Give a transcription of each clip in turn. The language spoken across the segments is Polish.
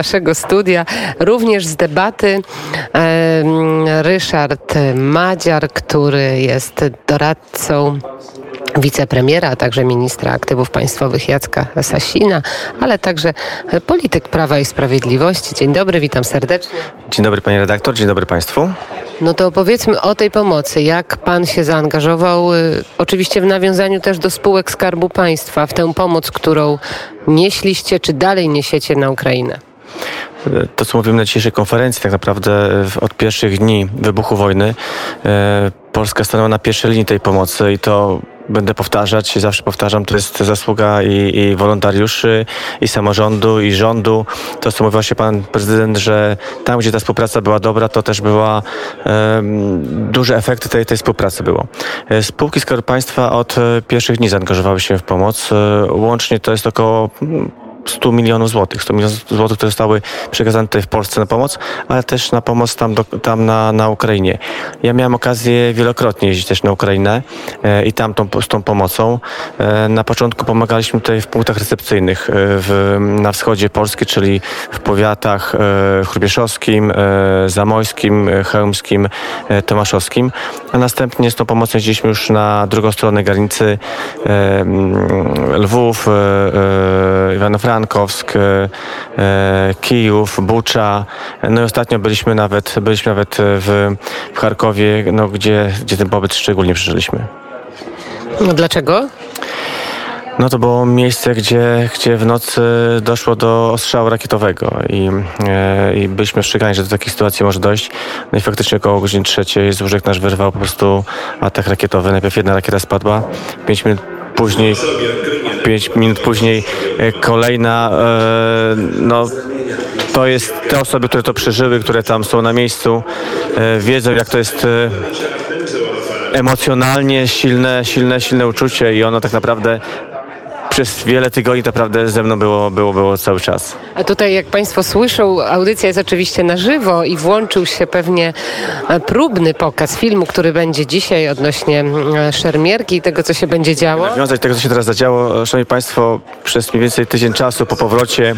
naszego studia, również z debaty Ryszard Madziar, który jest doradcą wicepremiera, a także ministra aktywów państwowych Jacka Sasina, ale także polityk Prawa i Sprawiedliwości. Dzień dobry, witam serdecznie. Dzień dobry pani redaktor, dzień dobry państwu. No to opowiedzmy o tej pomocy. Jak pan się zaangażował, oczywiście w nawiązaniu też do spółek Skarbu Państwa, w tę pomoc, którą nieśliście, czy dalej niesiecie na Ukrainę? To, co mówimy na dzisiejszej konferencji, tak naprawdę od pierwszych dni wybuchu wojny Polska stanęła na pierwszej linii tej pomocy i to będę powtarzać, zawsze powtarzam, to jest zasługa i wolontariuszy, i samorządu, i rządu. To, co mówił właśnie pan prezydent, że tam, gdzie ta współpraca była dobra, to też była duże efekty tej współpracy było. Spółki Skarbu Państwa od pierwszych dni zaangażowały się w pomoc. Łącznie to jest około 100 milionów złotych. 100 milionów złotych, które zostały przekazane tutaj w Polsce na pomoc, ale też na pomoc tam na Ukrainie. Ja miałem okazję wielokrotnie jeździć też na Ukrainę i tam z tą pomocą. Na początku pomagaliśmy tutaj w punktach recepcyjnych na wschodzie Polski, czyli w powiatach hrubieszowskim, zamojskim, chełmskim, tomaszowskim, a następnie z tą pomocą jeździliśmy już na drugą stronę granicy Lwów, Iwano-Frankowsk, Kijów, Bucza. No i ostatnio byliśmy nawet w Charkowie, no, gdzie ten pobyt szczególnie przeżyliśmy. No dlaczego? No to było miejsce, gdzie w nocy doszło do ostrzału rakietowego i byliśmy ostrzegani, że do takiej sytuacji może dojść. No i faktycznie około godziny 3 z łóżek nasz wyrwał po prostu atak rakietowy. Najpierw jedna rakieta spadła, 5 minut później kolejna. No to jest te osoby, które to przeżyły, które tam są na miejscu, wiedzą, jak to jest emocjonalnie silne uczucie i ono tak naprawdę przez wiele tygodni naprawdę ze mną było cały czas. A tutaj, jak państwo słyszą, audycja jest oczywiście na żywo i włączył się pewnie próbny pokaz filmu, który będzie dzisiaj odnośnie szermierki i tego, co się będzie działo. Nawiązać tego, co się teraz zadziało. Szanowni państwo, przez mniej więcej tydzień czasu po powrocie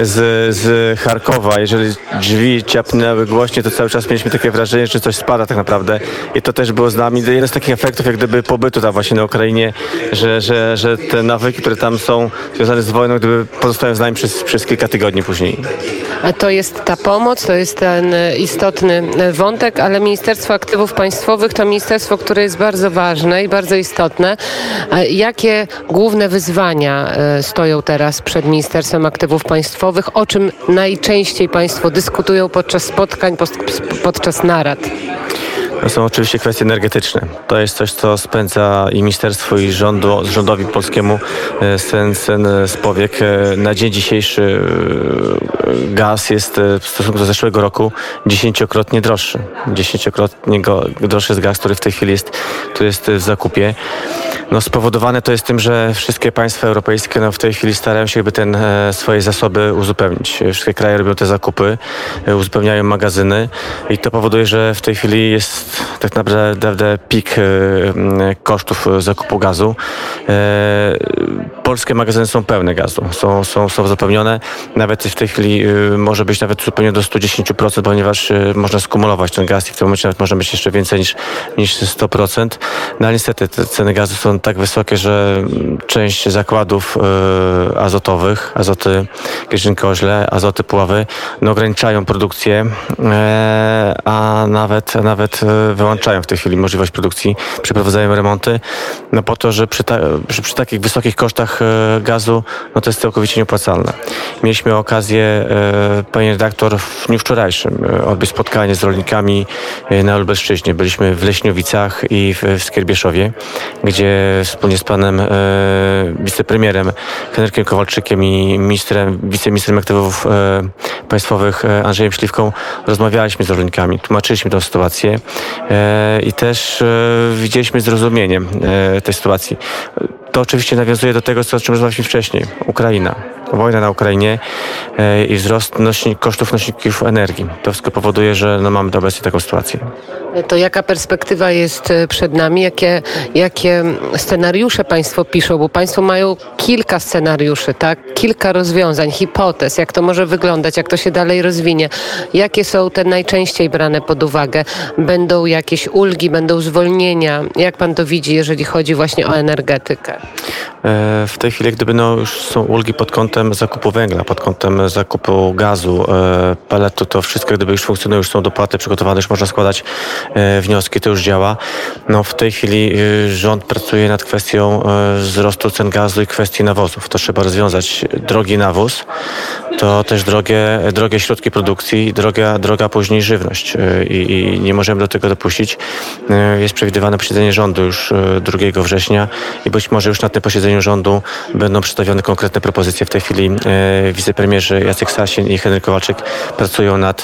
z Charkowa, jeżeli drzwi ciapnęły głośniej, to cały czas mieliśmy takie wrażenie, że coś spada tak naprawdę. I to też było z nami jeden z takich efektów, jak gdyby pobytu tam właśnie na Ukrainie, że te nawyki, które tam są związane z wojną, gdyby pozostają z nami przez kilka tygodni później. A to jest ta pomoc, to jest ten istotny wątek, ale Ministerstwo Aktywów Państwowych to ministerstwo, które jest bardzo ważne i bardzo istotne. Jakie główne wyzwania stoją teraz przed Ministerstwem Aktywów Państwowych? O czym najczęściej państwo dyskutują podczas spotkań, podczas narad? To są oczywiście kwestie energetyczne. To jest coś, co spędza i ministerstwo, i rządowi polskiemu sen z powiek. Na dzień dzisiejszy gaz jest w stosunku do zeszłego roku 10-krotnie droższy. 10-krotnie droższy jest gaz, który w tej chwili jest w zakupie. No, spowodowane to jest tym, że wszystkie państwa europejskie w tej chwili starają się swoje zasoby uzupełnić. Wszystkie kraje robią te zakupy, uzupełniają magazyny i to powoduje, że w tej chwili jest tak naprawdę pik kosztów zakupu gazu. Polskie magazyny są pełne gazu, są zapełnione. Nawet w tej chwili może być nawet zupełnie do 110%, ponieważ można skumulować ten gaz i w tym momencie nawet może być jeszcze więcej niż 100%. No ale niestety te ceny gazu są tak wysokie, że część zakładów azotowych, Azoty Kierzyn-Koźle, Azoty Puławy, ograniczają produkcję, a nawet wyłączają w tej chwili możliwość produkcji, przeprowadzają remonty, po to, że przy takich wysokich kosztach gazu, to jest całkowicie nieopłacalne. Mieliśmy okazję, pani redaktor, w dniu wczorajszym odbyć spotkanie z rolnikami na Lubelszczyźnie. Byliśmy w Leśniowicach i w Skierbieszowie, gdzie wspólnie z panem wicepremierem Henrykiem Kowalczykiem i wiceministrem aktywów państwowych Andrzejem Śliwką rozmawialiśmy z rolnikami, tłumaczyliśmy tę sytuację i też widzieliśmy zrozumieniem tej sytuacji. To oczywiście nawiązuje do tego, o czym rozmawialiśmy wcześniej. Ukraina. wojna na Ukrainie i wzrost kosztów nośników energii. To wszystko powoduje, że mamy obecnie taką sytuację. To jaka perspektywa jest przed nami? Jakie scenariusze państwo piszą? Bo państwo mają kilka scenariuszy, tak? Kilka rozwiązań, hipotez, jak to może wyglądać, jak to się dalej rozwinie. Jakie są te najczęściej brane pod uwagę? Będą jakieś ulgi, będą zwolnienia? Jak pan to widzi, jeżeli chodzi właśnie o energetykę? W tej chwili już są ulgi pod kątem zakupu węgla, pod kątem zakupu gazu, peletu, to wszystko już funkcjonuje, już są dopłaty przygotowane, już można składać wnioski, to już działa. W tej chwili rząd pracuje nad kwestią wzrostu cen gazu i kwestii nawozów. To trzeba rozwiązać. Drogi nawóz, to też drogie środki produkcji, droga później żywność i nie możemy do tego dopuścić. Jest przewidywane posiedzenie rządu już 2 września i być może już na tym posiedzeniu rządu będą przedstawione konkretne propozycje. W tej chwili wicepremierzy Jacek Sasin i Henryk Kowalczyk pracują nad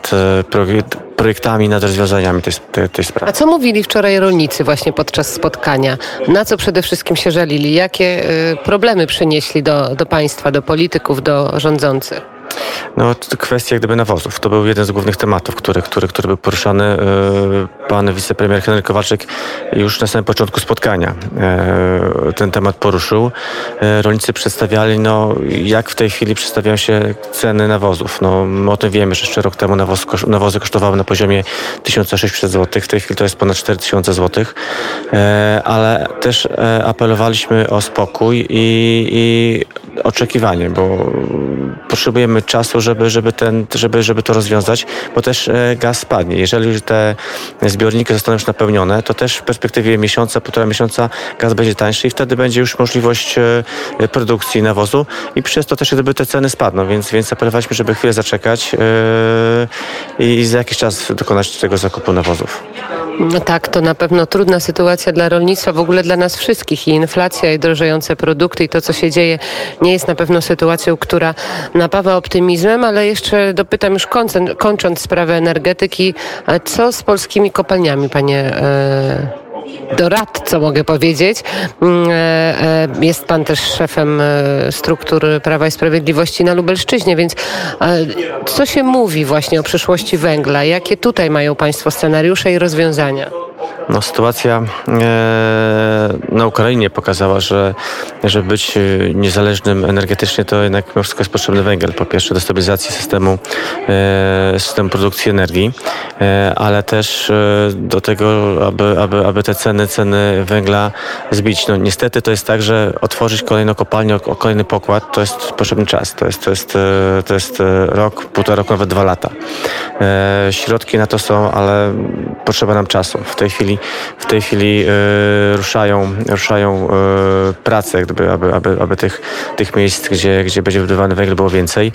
projektami, nad rozwiązaniami tej sprawy. A co mówili wczoraj rolnicy właśnie podczas spotkania? Na co przede wszystkim się żalili? Jakie problemy przynieśli do państwa, do polityków, do rządzących? To kwestia nawozów. To był jeden z głównych tematów, który był poruszany. Pan wicepremier Henryk Kowalczyk już na samym początku spotkania ten temat poruszył. Rolnicy przedstawiali, jak w tej chwili przedstawiają się ceny nawozów. My o tym wiemy, że jeszcze rok temu nawozy kosztowały na poziomie 1600 zł. W tej chwili to jest ponad 4000 zł. Ale też apelowaliśmy o spokój i oczekiwanie, bo potrzebujemy czasu, żeby to rozwiązać, bo też gaz spadnie. Jeżeli już te zbiorniki zostaną już napełnione, to też w perspektywie miesiąca, 1,5 miesiąca gaz będzie tańszy i wtedy będzie już możliwość produkcji nawozu i przez to też te ceny spadną, więc apelowaliśmy, żeby chwilę zaczekać i za jakiś czas dokonać tego zakupu nawozów. Tak, to na pewno trudna sytuacja dla rolnictwa, w ogóle dla nas wszystkich. I inflacja, i drożejące produkty, i to, co się dzieje, nie jest na pewno sytuacją, która napawa optymizmem, ale jeszcze dopytam już kończąc sprawę energetyki, co z polskimi kopalniami, panie doradco, mogę powiedzieć. Jest pan też szefem struktur Prawa i Sprawiedliwości na Lubelszczyźnie, więc co się mówi właśnie o przyszłości węgla? Jakie tutaj mają państwo scenariusze i rozwiązania? Sytuacja na Ukrainie pokazała, że żeby być niezależnym energetycznie, to jednak mimo wszystko jest potrzebny węgiel. Po pierwsze do stabilizacji systemu produkcji energii, ale też do tego, aby te ceny węgla zbić. Niestety to jest tak, że otworzyć kolejną kopalnię, kolejny pokład, to jest potrzebny czas. To jest rok, 1,5 roku, nawet 2 lata. Środki na to są, ale potrzeba nam czasu. W tej chwili ruszają prace, aby tych miejsc, gdzie będzie wydobywany węgiel, było więcej.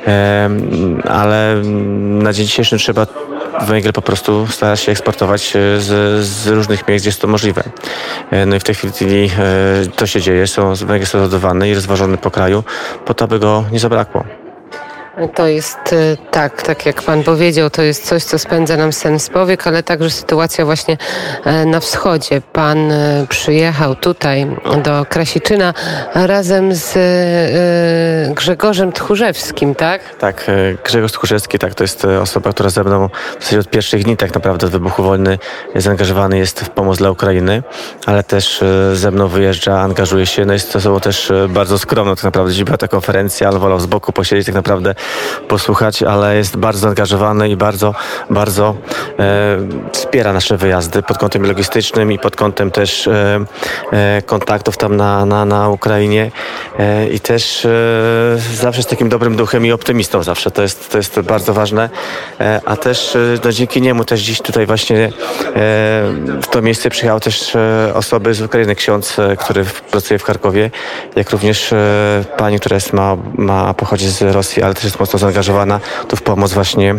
Ale na dzień dzisiejszy trzeba węgiel po prostu starać się eksportować z różnych miejsc, gdzie jest to możliwe. I w tej chwili to się dzieje. Węgiel są dodawany i rozważony po kraju, po to, aby go nie zabrakło. To jest tak jak pan powiedział, to jest coś, co spędza nam sen z powiek, ale także sytuacja właśnie na wschodzie. Pan przyjechał tutaj do Krasiczyna razem z Grzegorzem Tchórzewskim, tak? Tak, Grzegorz Tchórzewski, tak, to jest osoba, która ze mną w zasadzie od pierwszych dni tak naprawdę od wybuchu wojny zaangażowany jest w pomoc dla Ukrainy, ale też ze mną wyjeżdża, angażuje się, jest to osobą też bardzo skromną, tak naprawdę dziś była ta konferencja, ale wolał z boku posiedzieć, tak naprawdę posłuchać, ale jest bardzo zaangażowany i bardzo wspiera nasze wyjazdy pod kątem logistycznym i pod kątem też kontaktów tam na Ukrainie i też zawsze z takim dobrym duchem i optymistą zawsze. To jest bardzo ważne, a też dzięki niemu też dziś tutaj właśnie w to miejsce przyjechały też osoby z Ukrainy, ksiądz, który pracuje w Charkowie, jak również pani, która pochodzi z Rosji, ale też jest mocno zaangażowana tu w pomoc właśnie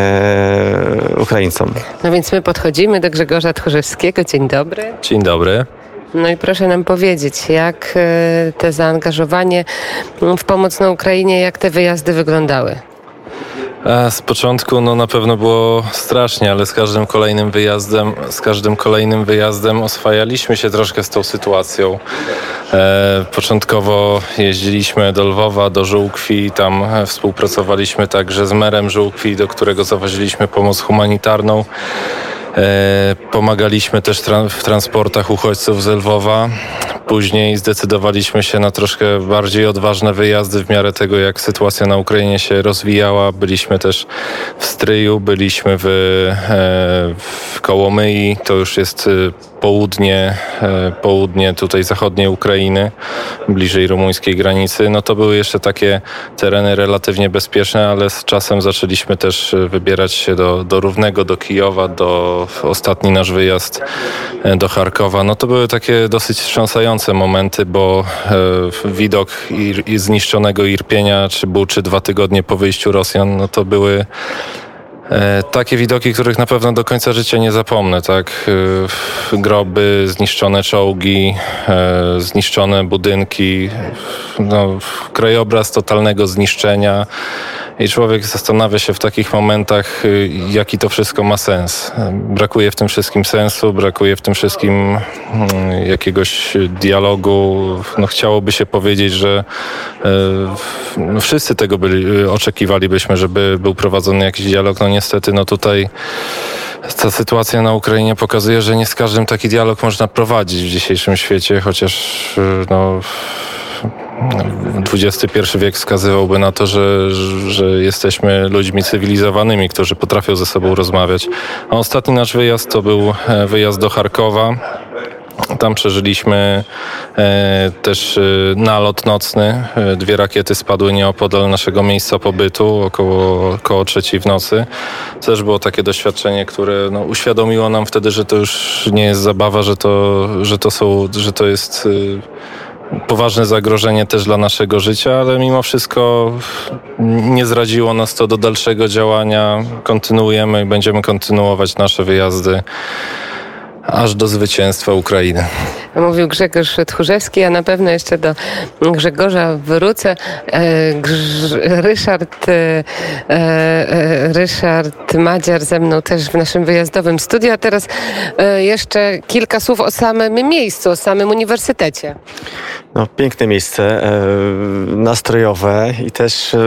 Ukraińcom. No więc my podchodzimy do Grzegorza Tchórzewskiego. Dzień dobry. Dzień dobry. No i proszę nam powiedzieć, jak te zaangażowanie w pomoc na Ukrainie, jak te wyjazdy wyglądały? Z początku na pewno było strasznie, ale z każdym kolejnym wyjazdem oswajaliśmy się troszkę z tą sytuacją. Początkowo jeździliśmy do Lwowa, do Żółkwi, tam współpracowaliśmy także z merem Żółkwi, do którego zawoziliśmy pomoc humanitarną. Pomagaliśmy też w transportach uchodźców z Lwowa. Później zdecydowaliśmy się na troszkę bardziej odważne wyjazdy w miarę tego, jak sytuacja na Ukrainie się rozwijała. Byliśmy też w Stryju, byliśmy w Kołomyi, to już jest południe tutaj zachodniej Ukrainy, bliżej rumuńskiej granicy. To były jeszcze takie tereny relatywnie bezpieczne, ale z czasem zaczęliśmy też wybierać się do Równego, do Kijowa, ostatni nasz wyjazd do Charkowa. To były takie dosyć wstrząsające momenty, bo widok zniszczonego Irpienia, czy 2 tygodnie po wyjściu Rosjan, to były takie widoki, których na pewno do końca życia nie zapomnę, tak? Groby, zniszczone czołgi, zniszczone budynki, krajobraz totalnego zniszczenia. I człowiek zastanawia się w takich momentach, jaki to wszystko ma sens. Brakuje w tym wszystkim sensu, brakuje w tym wszystkim jakiegoś dialogu. Chciałoby się powiedzieć, że wszyscy tego oczekiwalibyśmy, żeby był prowadzony jakiś dialog. Niestety, tutaj ta sytuacja na Ukrainie pokazuje, że nie z każdym taki dialog można prowadzić w dzisiejszym świecie, chociaż XXI wiek wskazywałby na to, że jesteśmy ludźmi cywilizowanymi, którzy potrafią ze sobą rozmawiać. A ostatni nasz wyjazd to był wyjazd do Charkowa. Tam przeżyliśmy też nalot nocny. 2 rakiety spadły nieopodal naszego miejsca pobytu, około 3:00 w nocy. To też było takie doświadczenie, które uświadomiło nam wtedy, że to już nie jest zabawa, że to jest poważne zagrożenie też dla naszego życia, ale mimo wszystko nie zraziło nas to do dalszego działania. Kontynuujemy i będziemy kontynuować nasze wyjazdy aż do zwycięstwa Ukrainy. Mówił Grzegorz Tchórzewski, a na pewno jeszcze do Grzegorza wrócę. Ryszard Madziar ze mną też w naszym wyjazdowym studiu, a teraz jeszcze kilka słów o samym miejscu, o samym uniwersytecie. Piękne miejsce, nastrojowe i też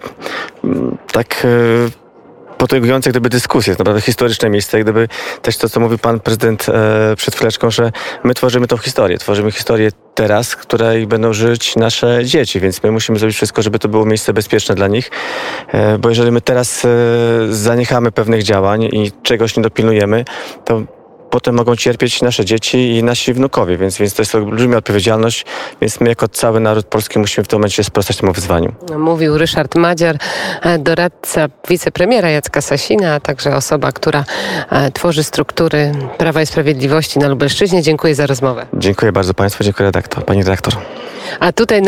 potęgujące dyskusje, naprawdę historyczne miejsce, też to, co mówił pan prezydent przed chwileczką, że my tworzymy historię teraz, w której będą żyć nasze dzieci, więc my musimy zrobić wszystko, żeby to było miejsce bezpieczne dla nich, bo jeżeli my teraz zaniechamy pewnych działań i czegoś nie dopilnujemy, to potem mogą cierpieć nasze dzieci i nasi wnukowie, więc to jest olbrzymia odpowiedzialność, więc my jako cały naród polski musimy w tym momencie sprostać temu wyzwaniu. Mówił Ryszard Madziar, doradca wicepremiera Jacka Sasina, a także osoba, która tworzy struktury Prawa i Sprawiedliwości na Lubelszczyźnie. Dziękuję za rozmowę. Dziękuję bardzo państwu, dziękuję pani redaktor. A tutaj